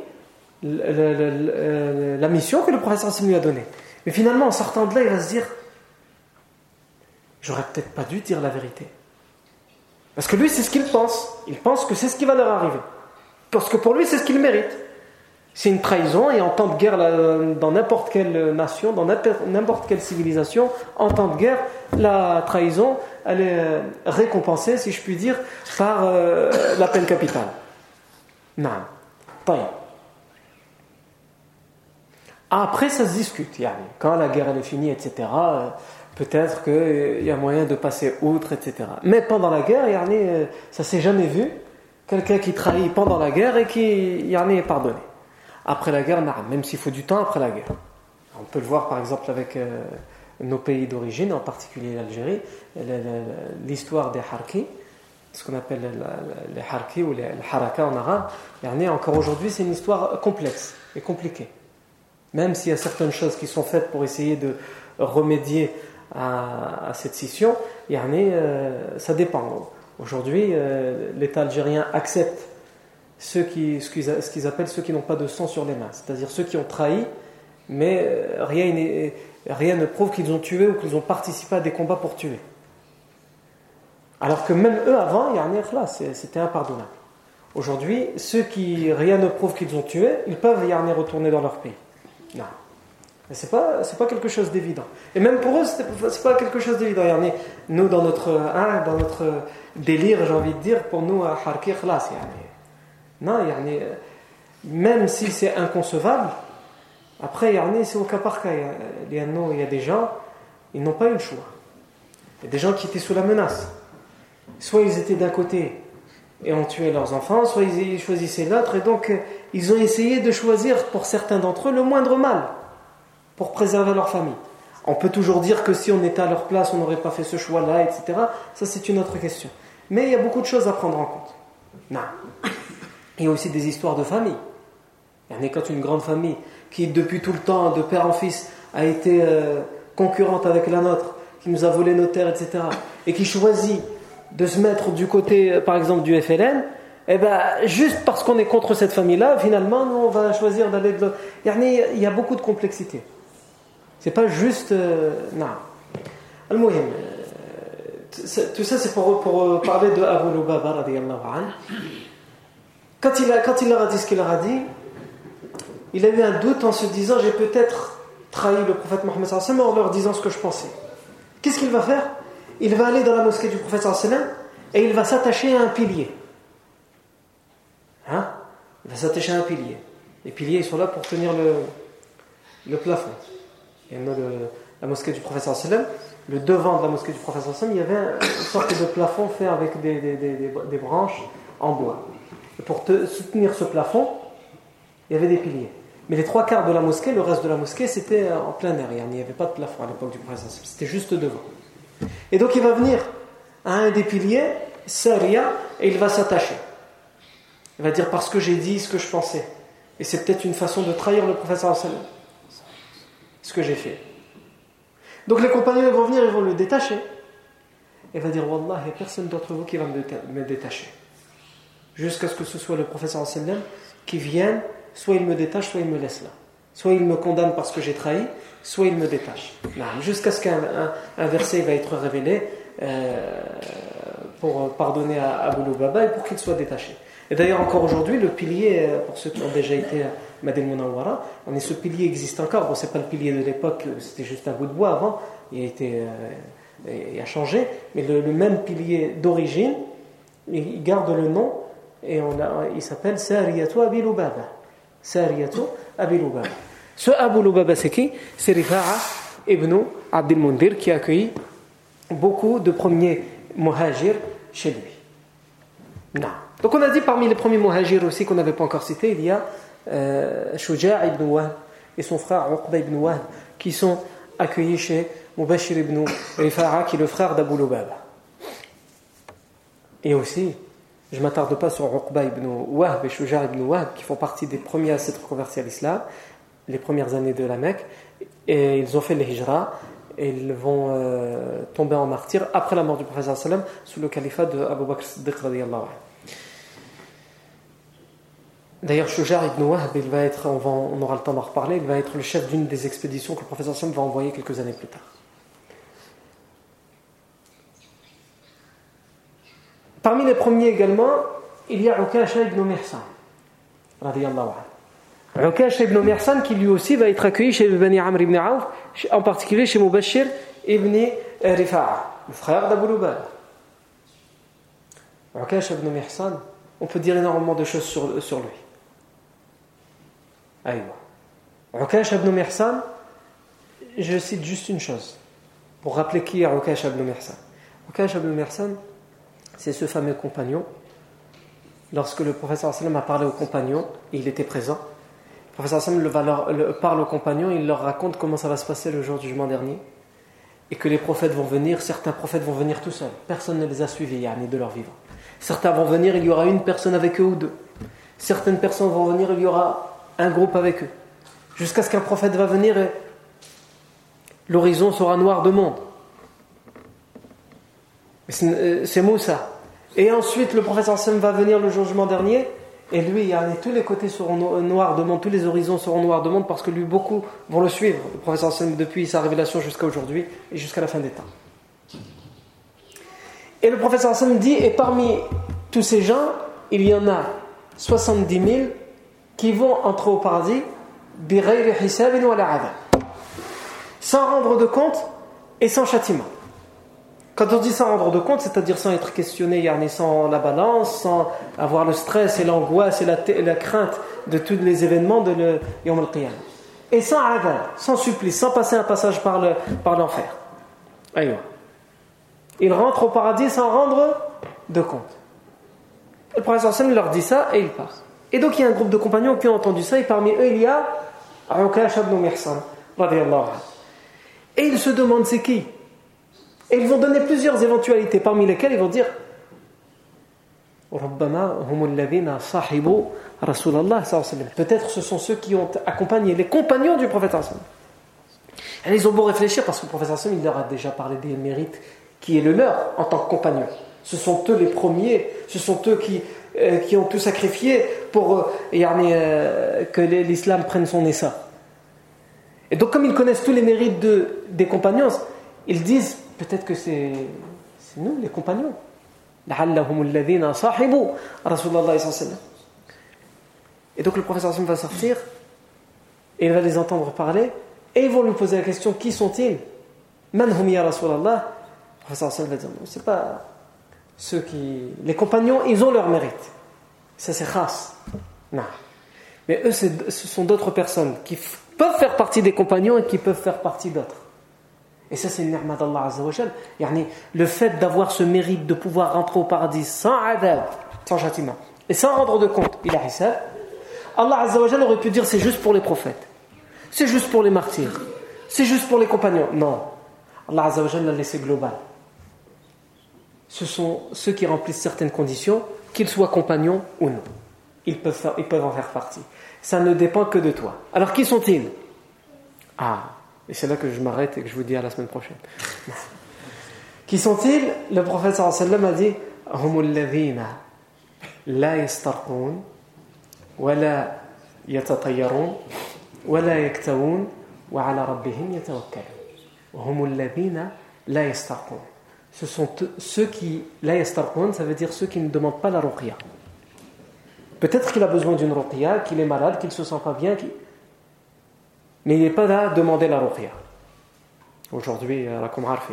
A: la mission que le prophète lui a donnée. Mais finalement, en sortant de là, il va se dire: j'aurais peut-être pas dû dire la vérité. Parce que lui, c'est ce qu'il pense. Il pense que c'est ce qui va leur arriver. Parce que pour lui, c'est ce qu'il mérite. C'est une trahison, et en temps de guerre, dans n'importe quelle nation, dans n'importe quelle civilisation, en temps de guerre, la trahison, elle est récompensée, si je puis dire, par la peine capitale. Non. Après, ça se discute. Quand la guerre elle est finie, etc., peut-être qu'il y a moyen de passer outre, etc. Mais pendant la guerre, ça ne s'est jamais vu. Quelqu'un qui trahit pendant la guerre et qui est pardonné. Après la guerre, même s'il faut du temps après la guerre. On peut le voir par exemple avec nos pays d'origine, en particulier l'Algérie, l'histoire des Harki, ce qu'on appelle les Harki ou les Haraka en arabe. Encore aujourd'hui, c'est une histoire complexe et compliquée. Même s'il y a certaines choses qui sont faites pour essayer de remédier à cette scission, ça dépend. Aujourd'hui, l'État algérien accepte ce qu'ils appellent ceux qui n'ont pas de sang sur les mains, c'est-à-dire ceux qui ont trahi, mais rien ne prouve qu'ils ont tué ou qu'ils ont participé à des combats pour tuer. Alors que même eux avant, c'était impardonnable. Aujourd'hui, ceux qui rien ne prouve qu'ils ont tué, ils peuvent retourner dans leur pays. Non. Mais c'est pas quelque chose d'évident. Et même pour eux, c'est pas quelque chose d'évident. Nous, dans notre délire, j'ai envie de dire, pour nous, à Harki, khlas, non, même si c'est inconcevable, après, c'est au cas par cas. Il y a des gens, ils n'ont pas eu le choix. Il y a des gens qui étaient sous la menace. Soit ils étaient d'un côté et ont tué leurs enfants, soit ils choisissaient l'autre, et donc ils ont essayé de choisir, pour certains d'entre eux, le moindre mal pour préserver leur famille. On peut toujours dire que si on était à leur place, on n'aurait pas fait ce choix-là, etc. Ça, c'est une autre question. Mais il y a beaucoup de choses à prendre en compte. Non. Il y a aussi des histoires de famille. Quand une grande famille qui, depuis tout le temps, de père en fils, a été concurrente avec la nôtre, qui nous a volé nos terres, etc., et qui choisit de se mettre du côté, par exemple, du FLN, juste parce qu'on est contre cette famille-là, finalement, nous, on va choisir d'aller de l'autre. Il y a beaucoup de complexité. C'est pas juste... non. Al-Muhim, tout ça, c'est pour parler de Abu Lubaba, radiyallahu anhu. Quand il leur a dit ce qu'il leur a dit, il a eu un doute en se disant: j'ai peut-être trahi le prophète Mohammed sallallahu alayhi wa sallam en leur disant ce que je pensais. Qu'est-ce qu'il va faire? Il va aller dans la mosquée du prophète sallallahu alayhi wa sallam et il va s'attacher à un pilier. Il va s'attacher à un pilier. Les piliers, ils sont là pour tenir le plafond. Et la mosquée du prophète sallallahu alayhi wa sallam, le devant de la mosquée du prophète sallallahu alayhi wa sallam, il y avait une sorte de plafond fait avec des branches en bois. Et pour soutenir ce plafond, il y avait des piliers. Mais les 3/4 de la mosquée, le reste de la mosquée, c'était en plein air. Il n'y avait pas de plafond à l'époque du prophète sallallahu alayhi wa sallam. C'était juste devant. Et donc il va venir à un des piliers, Saria, et il va s'attacher. Il va dire: parce que j'ai dit ce que je pensais. Et c'est peut-être une façon de trahir le prophète sallallahu alayhi wa sallam. Ce que j'ai fait. Donc les compagnons ils vont venir, ils vont le détacher. Il va dire Wallah, il n'y a personne d'entre vous qui va me détacher. Jusqu'à ce que ce soit le prophète sallam qui vienne, soit il me détache, soit il me laisse là. Soit il me condamne parce que j'ai trahi, soit il me détache. Jusqu'à ce qu'un verset va être révélé pour pardonner à Abu Lubaba et pour qu'il soit détaché. Et d'ailleurs encore aujourd'hui, le pilier, pour ceux qui ont déjà été à Madinah Munawwara, ce pilier existe encore. Bon, c'est pas le pilier de l'époque, c'était juste un bout de bois avant, il a changé, mais le même pilier d'origine, il garde le nom et il s'appelle Sariyatu Abi Lubaba. Sariyatu Abi Lubaba. Ce Abu Lubaba c'est qui? C'est Rifa'a ibn Abdul Mundhir qui a accueilli beaucoup de premiers muhajirs chez lui. Non. Donc on a dit parmi les premiers muhajirs aussi qu'on n'avait pas encore cité, il y a Shuja' ibn Wahb et son frère Uqba ibn Wahb qui sont accueillis chez Mubashir ibn Rifa'a qui est le frère d'Abu Lubaba. Et aussi, je ne m'attarde pas sur Uqba ibn Wahb et Shuja' ibn Wahb qui font partie des premiers à s'être convertis à l'islam, les premières années de la Mecque, et ils ont fait le hijra et ils vont tomber en martyrs après la mort du prophète sallam sous le califat de Abu Bakr Siddiq radiyallahu anhu. D'ailleurs, Shuja' ibn Wahb, on aura le temps d'en reparler, il va être le chef d'une des expéditions que le prophète sallam va envoyer quelques années plus tard. Parmi les premiers également, il y a Ukasha ibn Mihsan radiyallahu anhu. Ukasha ibn Mihsan qui lui aussi va être accueilli chez Bani Amr ibn Auf, en particulier chez Mubashir ibn Rifa'a, le frère d'Abu Lubaba. Ukasha ibn Mihsan, on peut dire énormément de choses sur lui. Ukasha ibn Mihsan, je cite juste une chose pour rappeler qui est Ukasha ibn Mihsan. Ukasha ibn Mihsan, c'est ce fameux compagnon. Lorsque le prophète sallam a parlé aux compagnons, il était présent. Le prophète sallam parle aux compagnons, il leur raconte comment ça va se passer le jour du jugement dernier, et que les prophètes vont venir. Certains prophètes vont venir tout seuls, personne ne les a suivis de leur vivant. Certains vont venir, il y aura une personne avec eux ou deux. Certaines personnes vont venir, il y aura un groupe avec eux, jusqu'à ce qu'un prophète va venir et l'horizon sera noir de monde. C'est Moussa. Et ensuite le prophète sallam va venir le jugement dernier, et lui, tous les côtés seront noirs de monde, tous les horizons seront noirs de monde, parce que lui, beaucoup vont le suivre, le prophète sallam, depuis sa révélation jusqu'à aujourd'hui et jusqu'à la fin des temps. Et le prophète sallam dit, et parmi tous ces gens, il y en a 70 000 qui vont entrer au paradis bighayri hisabin wala adab, sans rendre de compte et sans châtiment. Quand on dit sans rendre de compte, c'est-à-dire sans être questionné, sans la balance, sans avoir le stress et l'angoisse et la crainte de tous les événements de le Yawm al-Qiyamah. Et sans adab, sans supplice, sans passer un passage par l'enfer. Aïe. Ils rentrent au paradis sans rendre de compte. Le prophète sallam leur dit ça et ils partent. Et donc il y a un groupe de compagnons qui ont entendu ça, et parmi eux il y a Ukasha ibn Mihsan radiyallahu anhu. Et ils se demandent c'est qui. Et ils vont donner plusieurs éventualités, parmi lesquelles ils vont dire peut-être ce sont ceux qui ont accompagné les compagnons du prophète. Et ils ont beau réfléchir, parce que le prophète il leur a déjà parlé des mérites qui est le leur en tant que compagnons. Ce sont eux les premiers, ce sont eux qui ont tout sacrifié pour que l'islam prenne son essor. Et donc comme ils connaissent tous les mérites des compagnons, ils disent peut-être que c'est nous les compagnons. Et donc le professeur va sortir et il va les entendre parler, et ils vont lui poser la question, qui sont-ils? Man hum ya Rasulallah? Le professeur va dire, c'est pas ceux qui... Les compagnons, ils ont leur mérite. Ça c'est khas. Non. Mais eux, ce sont d'autres personnes qui peuvent faire partie des compagnons et qui peuvent faire partie d'autres. Et ça c'est une ni'ma d'Allah Azza wa Jal. Le fait d'avoir ce mérite de pouvoir rentrer au paradis sans adab, sans châtiment, et sans rendre de compte, il a hisab. Allah Azza wa Jal aurait pu dire c'est juste pour les prophètes, c'est juste pour les martyrs, c'est juste pour les compagnons. Non, Allah Azza wa Jal l'a laissé global. Ce sont ceux qui remplissent certaines conditions, qu'ils soient compagnons ou non. Ils peuvent en faire partie. Ça ne dépend que de toi. Alors qui sont-ils? Et c'est là que je m'arrête et que je vous dis à la semaine prochaine. Qui sont-ils? Le prophète sallallahu alayhi wa sallam a dit هم الذين لا يسترقون ولا يتطيرون ولا يكتوون وعلى ربهم يتوكلون هم الذين لا يسترقون. Ce sont ceux qui لا يسترقون, ça veut dire ceux qui ne demandent pas la ruqya. Peut-être qu'il a besoin d'une ruqya, qu'il est malade, qu'il ne se sent pas bien, mais il n'est pas là à demander la ruqya. Aujourd'hui, comme Arfi,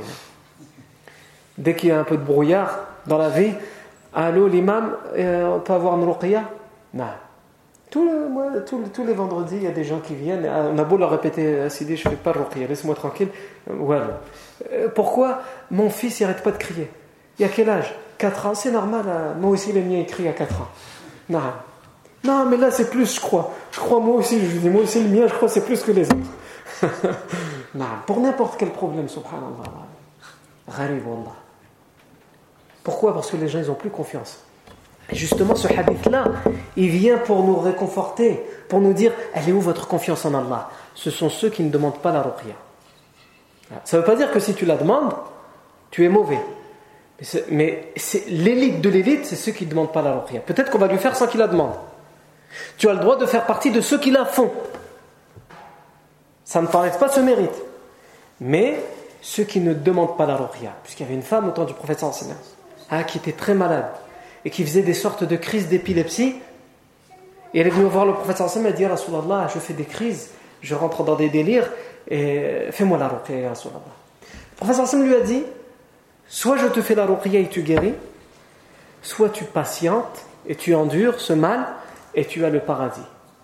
A: dès qu'il y a un peu de brouillard dans la vie, allô l'imam, on peut avoir une ruqya? Non. Tous les vendredis, il y a des gens qui viennent, on a beau leur répéter, Sidi, je ne fais pas ruqya, laisse-moi tranquille. Voilà. Pourquoi mon fils n'arrête pas de crier? Il y a quel âge? 4 ans, c'est normal, moi aussi le mien il crie à 4 ans. Non, mais là c'est plus, je crois moi aussi, je dis moi aussi le mien, je crois c'est plus que les autres. Non, pour n'importe quel problème, subhanallah. Gharib wallah. Pourquoi? Parce que les gens ils n'ont plus confiance. Et justement ce hadith là, il vient pour nous réconforter, pour nous dire, elle est où votre confiance en Allah? Ce sont ceux qui ne demandent pas la ruqya. Ça ne veut pas dire que si tu la demandes, tu es mauvais. Mais c'est l'élite de l'élite, c'est ceux qui ne demandent pas la ruqya. Peut-être qu'on va lui faire sans qu'il la demande. Tu as le droit de faire partie de ceux qui la font. Ça ne t'enlève pas ce mérite. Mais ceux qui ne demandent pas la ruqya, puisqu'il y avait une femme au temps du prophète sallallahu alayhi wa sallam, qui était très malade et qui faisait des sortes de crises d'épilepsie, et elle est venue voir le prophète sallallahu alayhi wa sallam et a dit, Rasulallah, je fais des crises, je rentre dans des délires, et fais-moi la ruqya, Rasulallah. Le prophète sallallahu alayhi wa sallam lui a dit, soit je te fais la ruqya et tu guéris, soit tu patientes et tu endures ce mal et tu as le paradis.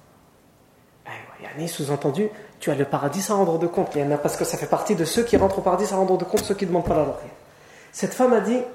A: Yani, sous-entendu, tu as le paradis sans rendre de compte. Parce que ça fait partie de ceux qui rentrent au paradis sans rendre de compte, ceux qui ne demandent pas la ruqya. Cette femme a dit,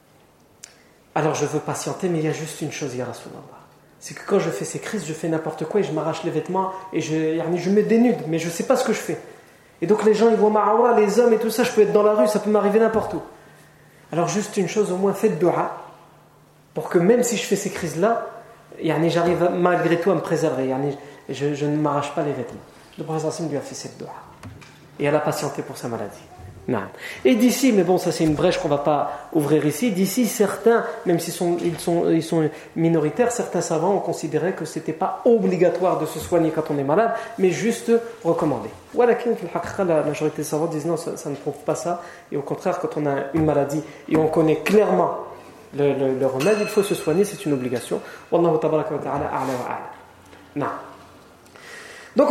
A: alors je veux patienter, mais il y a juste une chose, ya Rasulallah. C'est que quand je fais ces crises, je fais n'importe quoi et je m'arrache les vêtements et je me dénude, mais je ne sais pas ce que je fais. Et donc les gens ils voient ma awra, les hommes et tout ça, je peux être dans la rue, ça peut m'arriver n'importe où. Alors juste une chose, au moins faites dua, pour que même si je fais ces crises-là, j'arrive malgré tout à me préserver, je ne m'arrache pas les vêtements. Le prophète lui a fait cette dua. Et elle a patienté pour sa maladie. Non. Et d'ici, mais bon, ça c'est une brèche qu'on ne va pas ouvrir ici, d'ici certains, même s'ils sont minoritaires, certains savants ont considéré que ce n'était pas obligatoire de se soigner quand on est malade, mais juste recommandé. Voilà, la majorité des savants disent non, ça ne prouve pas ça, et au contraire, quand on a une maladie et on connaît clairement le remède, il faut se soigner, c'est une obligation. Wallahu tabaraka wa ta'ala a'la wa a'la. Non. Donc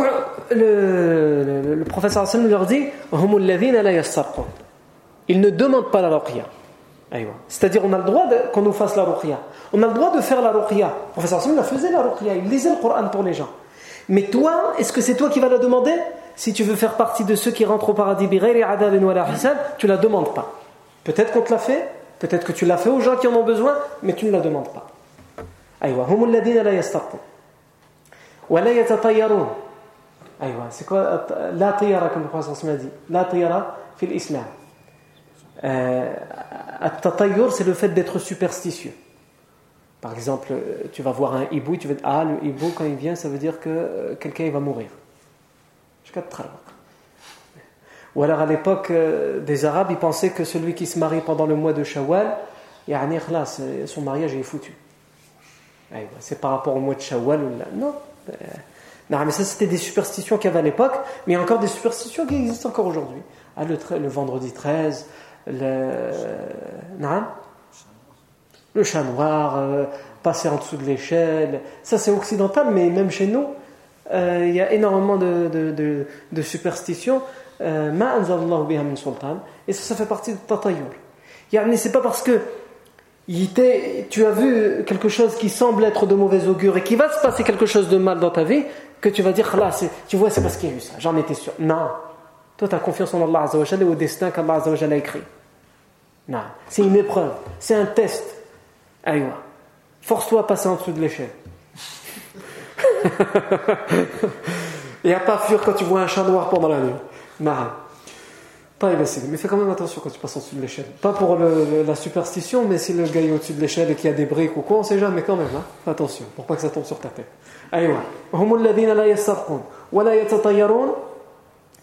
A: le professeur Hassan leur dit ils ne demandent pas la ruqya. C'est-à-dire on a le droit qu'on nous fasse la ruqya, on a le droit de faire la ruqya. Le professeur Hassan la faisait la ruqya, il lisait le Coran pour les gens. Mais toi, est-ce que c'est toi qui vas la demander? Si tu veux faire partie de ceux qui rentrent au paradis bighayri adabin wala hisab, tu la demandes pas. Peut-être qu'on te l'a fait, peut-être que tu l'as fait aux gens qui en ont besoin, mais tu ne la demandes pas. hum alladhina la yastarqun wa la yatatayyarun. C'est quoi la tiyara, comme le prophète m'a dit? La tiyara fil islam. At-tatayyur, c'est le fait d'être superstitieux. Par exemple, tu vas voir un hibou, tu vas dire, le hibou quand il vient, ça veut dire que quelqu'un il va mourir. Ou alors à l'époque des Arabes, ils pensaient que celui qui se marie pendant le mois de Shawwal, son mariage est foutu. C'est par rapport au mois de Shawwal ou là. Non, mais ça c'était des superstitions qu'il y avait à l'époque, mais il y a encore des superstitions qui existent encore aujourd'hui. Le vendredi 13, le chat noir, passer en dessous de l'échelle, ça c'est occidental, mais même chez nous, il y a énormément de superstitions. Ma anzalallahu biha min sultan, et ça fait partie de tatayyur. C'est pas parce que tu as vu quelque chose qui semble être de mauvais augure et qu'il va se passer quelque chose de mal dans ta vie que tu vas dire là, tu vois, c'est parce qu'il y a eu ça, j'en étais sûr. Non, toi tu as confiance en Allah Azza wa Jalla et au destin qu'Allah Azza wa Jalla a écrit. Non, c'est une épreuve, c'est un test. Force-toi à passer en dessous de l'échelle. Et à pas fuir quand tu vois un chat noir pendant la nuit. Non. Mais fais quand même attention quand tu passes en dessous de l'échelle. Pas pour la superstition, mais si le gars est au-dessus de l'échelle et qu'il y a des briques ou quoi, on sait jamais quand même. Attention, pour pas que ça tombe sur ta tête. Hum alladhina la yastarqun wa la yatatayyarun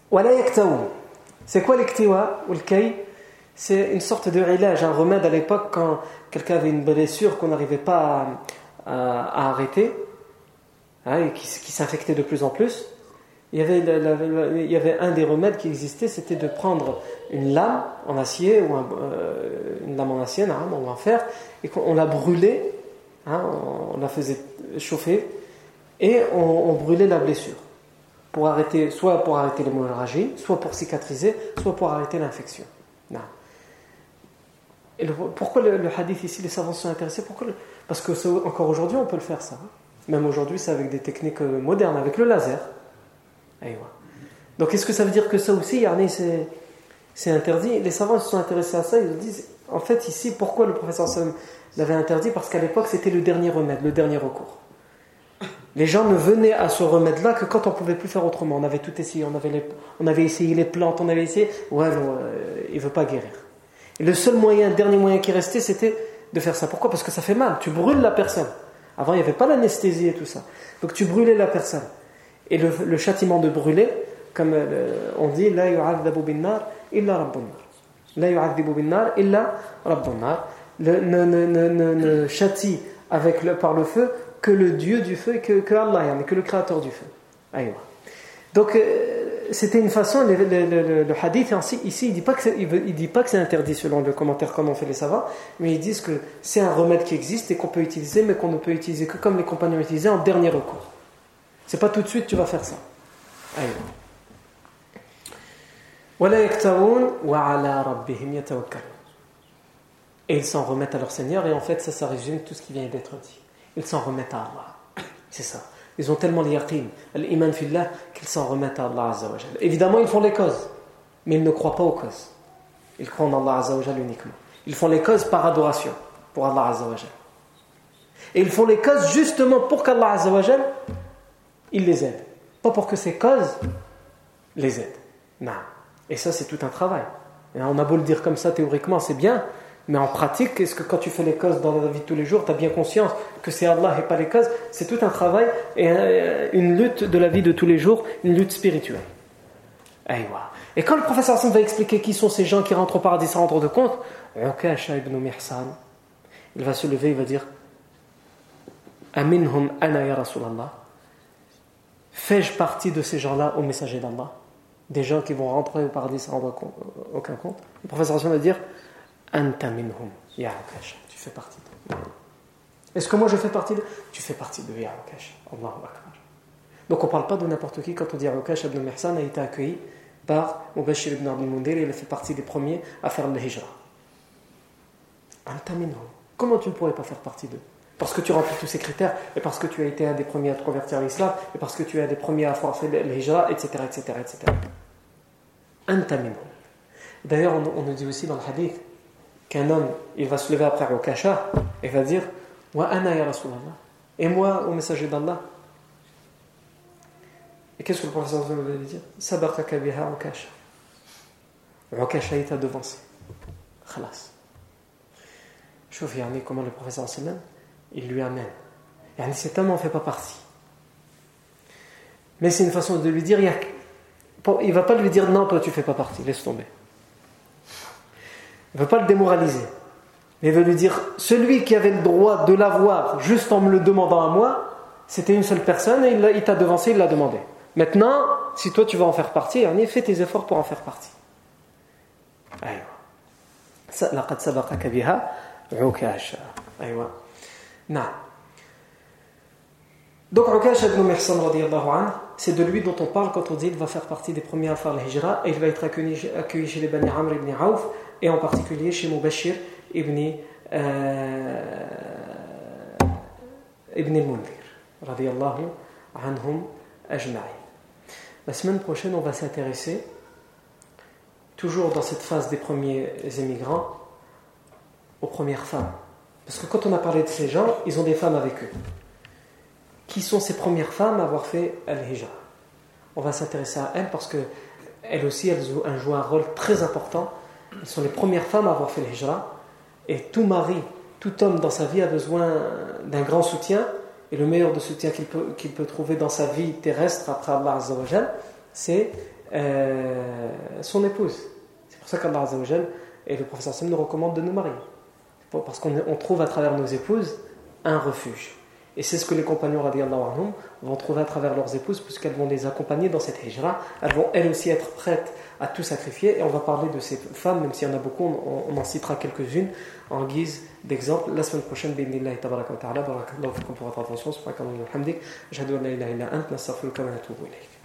A: ولا يكتوون. C'est quoi l'iktiwa ou le kay? C'est une sorte de ilaj, un remède à l'époque quand quelqu'un avait une blessure qu'on n'arrivait pas à arrêter, hein, et qui s'infectait de plus en plus. Il y avait un des remèdes qui existait, c'était de prendre une lame en acier ou une lame en acier, ou en fer, et qu'on la brûlait, hein, on la faisait chauffer et on brûlait la blessure pour arrêter, soit pour arrêter l'hémorragie, soit pour cicatriser, soit pour arrêter l'infection. Non. Et pourquoi le hadith ici, les savants sont intéressés? Parce que encore aujourd'hui on peut le faire ça. Même aujourd'hui c'est avec des techniques modernes, avec le laser. Donc est-ce que ça veut dire que ça aussi c'est interdit? Les savants se sont intéressés à ça, ils disent en fait ici pourquoi le professeur sallam l'avait interdit, parce qu'à l'époque c'était le dernier remède, le dernier recours. Les gens ne venaient à ce remède là que quand on ne pouvait plus faire autrement. On avait tout essayé, on avait essayé les plantes, on avait essayé, il ne veut pas guérir. Et le seul moyen, le dernier moyen qui restait, c'était de faire ça. Pourquoi? Parce que ça fait mal, tu brûles la personne. Avant il n'y avait pas l'anesthésie et tout ça, donc tu brûlais la personne. Et le châtiment de brûler, comme on dit, la yu'adhabu bin-nar illa rabbun nar. La yu'adhabu bin-nar illa rabbun nar. Ne châtie par le feu que le Dieu du feu, que Allah, que le créateur du feu. Aïwa. Donc c'était une façon, le hadith ici il dit pas que c'est interdit selon le commentaire comme on fait les savants, mais ils disent que c'est un remède qui existe et qu'on peut utiliser, mais qu'on ne peut utiliser que comme les compagnons utilisaient, en dernier recours. C'est pas tout de suite tu vas faire ça. Aïwa. وَلَا يَكْتَوُونَ وَعَلَى رَبِّهِمْ يَتَوَكَّلُونَ. Et ils s'en remettent à leur Seigneur, et en fait ça résume tout ce qui vient d'être dit. Ils s'en remettent à Allah. C'est ça. Ils ont tellement l'yaqin, l'iman fillah, qu'ils s'en remettent à Allah Azza wa Jal. Évidemment, ils font les causes, mais ils ne croient pas aux causes. Ils croient en Allah Azza wa Jal uniquement. Ils font les causes par adoration pour Allah Azza wa Jal. Et ils font les causes justement pour qu'Allah Azza wa Jal, il les aide. Pas pour que ces causes les aident. Non. Et ça, c'est tout un travail. Et on a beau le dire comme ça théoriquement, c'est bien. Mais en pratique, est-ce que quand tu fais les causes dans la vie de tous les jours, tu as bien conscience que c'est Allah et pas les causes? C'est tout un travail et une lutte de la vie de tous les jours, une lutte spirituelle. Et quand le professeur Hassan va expliquer qui sont ces gens qui rentrent au paradis sans rendre de compte, Ukasha ibn Mihsan, il va se lever, il va dire Aminhum ana ya Rasulallah. Fais-je partie de ces gens-là au messager d'Allah? Des gens qui vont rentrer au paradis sans rendre aucun compte. Le professeur Hassan va dire Anta minhum, ya Ukasha, tu fais partie d'eux. Est-ce que moi je fais partie d'eux? Tu fais partie d'eux, ya Ukasha. Allahu Akbar. Donc on ne parle pas de n'importe qui quand on dit Ukasha ibn Mihsan a été accueilli par Mubashir ibn Abdul Mundir et il a fait partie des premiers à faire le hijra. Anta minhum. Comment tu ne pourrais pas faire partie d'eux? Parce que tu remplis tous ces critères, et parce que tu as été un des premiers à te convertir à l'islam, et parce que tu es un des premiers à avoir fait le hijra, etc. Anta minhum. D'ailleurs, on nous dit aussi dans le hadith qu'un homme, il va se lever après Ukasha et va dire Wa ana ya Rasulallah. Et moi, au messager d'Allah. Et qu'est-ce que le professeur va lui dire? Sabaqaka biha Ukasha. Ukasha, il t'a devancé. Khalas. Chouf, yani, comment le professeur sallam, il lui amène. Yani, cet homme n'en fait pas partie. Mais c'est une façon de lui dire, il ne va pas lui dire non, toi tu ne fais pas partie, laisse tomber. Il ne veut pas le démoraliser. Mais il veut lui dire, celui qui avait le droit de l'avoir juste en me le demandant à moi, c'était une seule personne et il t'a devancé, il l'a demandé. Maintenant, si toi tu vas en faire partie, fais tes efforts pour en faire partie. لقد سبقك بها عكاشة. أيوة. نعم. Donc Ukasha ibn Mihsan radiyallahu anhu, c'est de lui dont on parle quand on dit qu'il va faire partie des premiers à faire le hijra et il va être accueilli chez les Bani Amr ibn Auf et en particulier chez Mubashir ibn al-Mundhir radiyallahu anhum ajma'in. La semaine prochaine, on va s'intéresser toujours dans cette phase des premiers émigrants aux premières femmes. Parce que quand on a parlé de ces gens, ils ont des femmes avec eux. Qui sont ces premières femmes à avoir fait al-hijra? On va s'intéresser à elles parce qu'elles aussi, elles jouent un rôle très important. Elles sont les premières femmes à avoir fait al-hijra. Et tout mari, tout homme dans sa vie a besoin d'un grand soutien. Et le meilleur de soutien qu'il peut trouver dans sa vie terrestre après Allah Azza wa Jal, c'est son épouse. C'est pour ça qu'Allah Azza wa Jal et le prophète sallam nous recommandent de nous marier. Parce qu'on trouve à travers nos épouses un refuge. Et c'est ce que les compagnons radiyallahu anhum vont trouver à travers leurs épouses, puisqu'elles vont les accompagner dans cette hijra. Elles vont elles aussi être prêtes à tout sacrifier. Et on va parler de ces femmes, même s'il y en a beaucoup, on en citera quelques-unes en guise d'exemple. La semaine prochaine, bi'idhnillahi tabaraka wa ta'ala, barakallahu fikum pour votre attention, subhanakallahu wa bihamdik, ashhadu an la ilaha illa ant, nastaghfiruka wa natubu ilayk.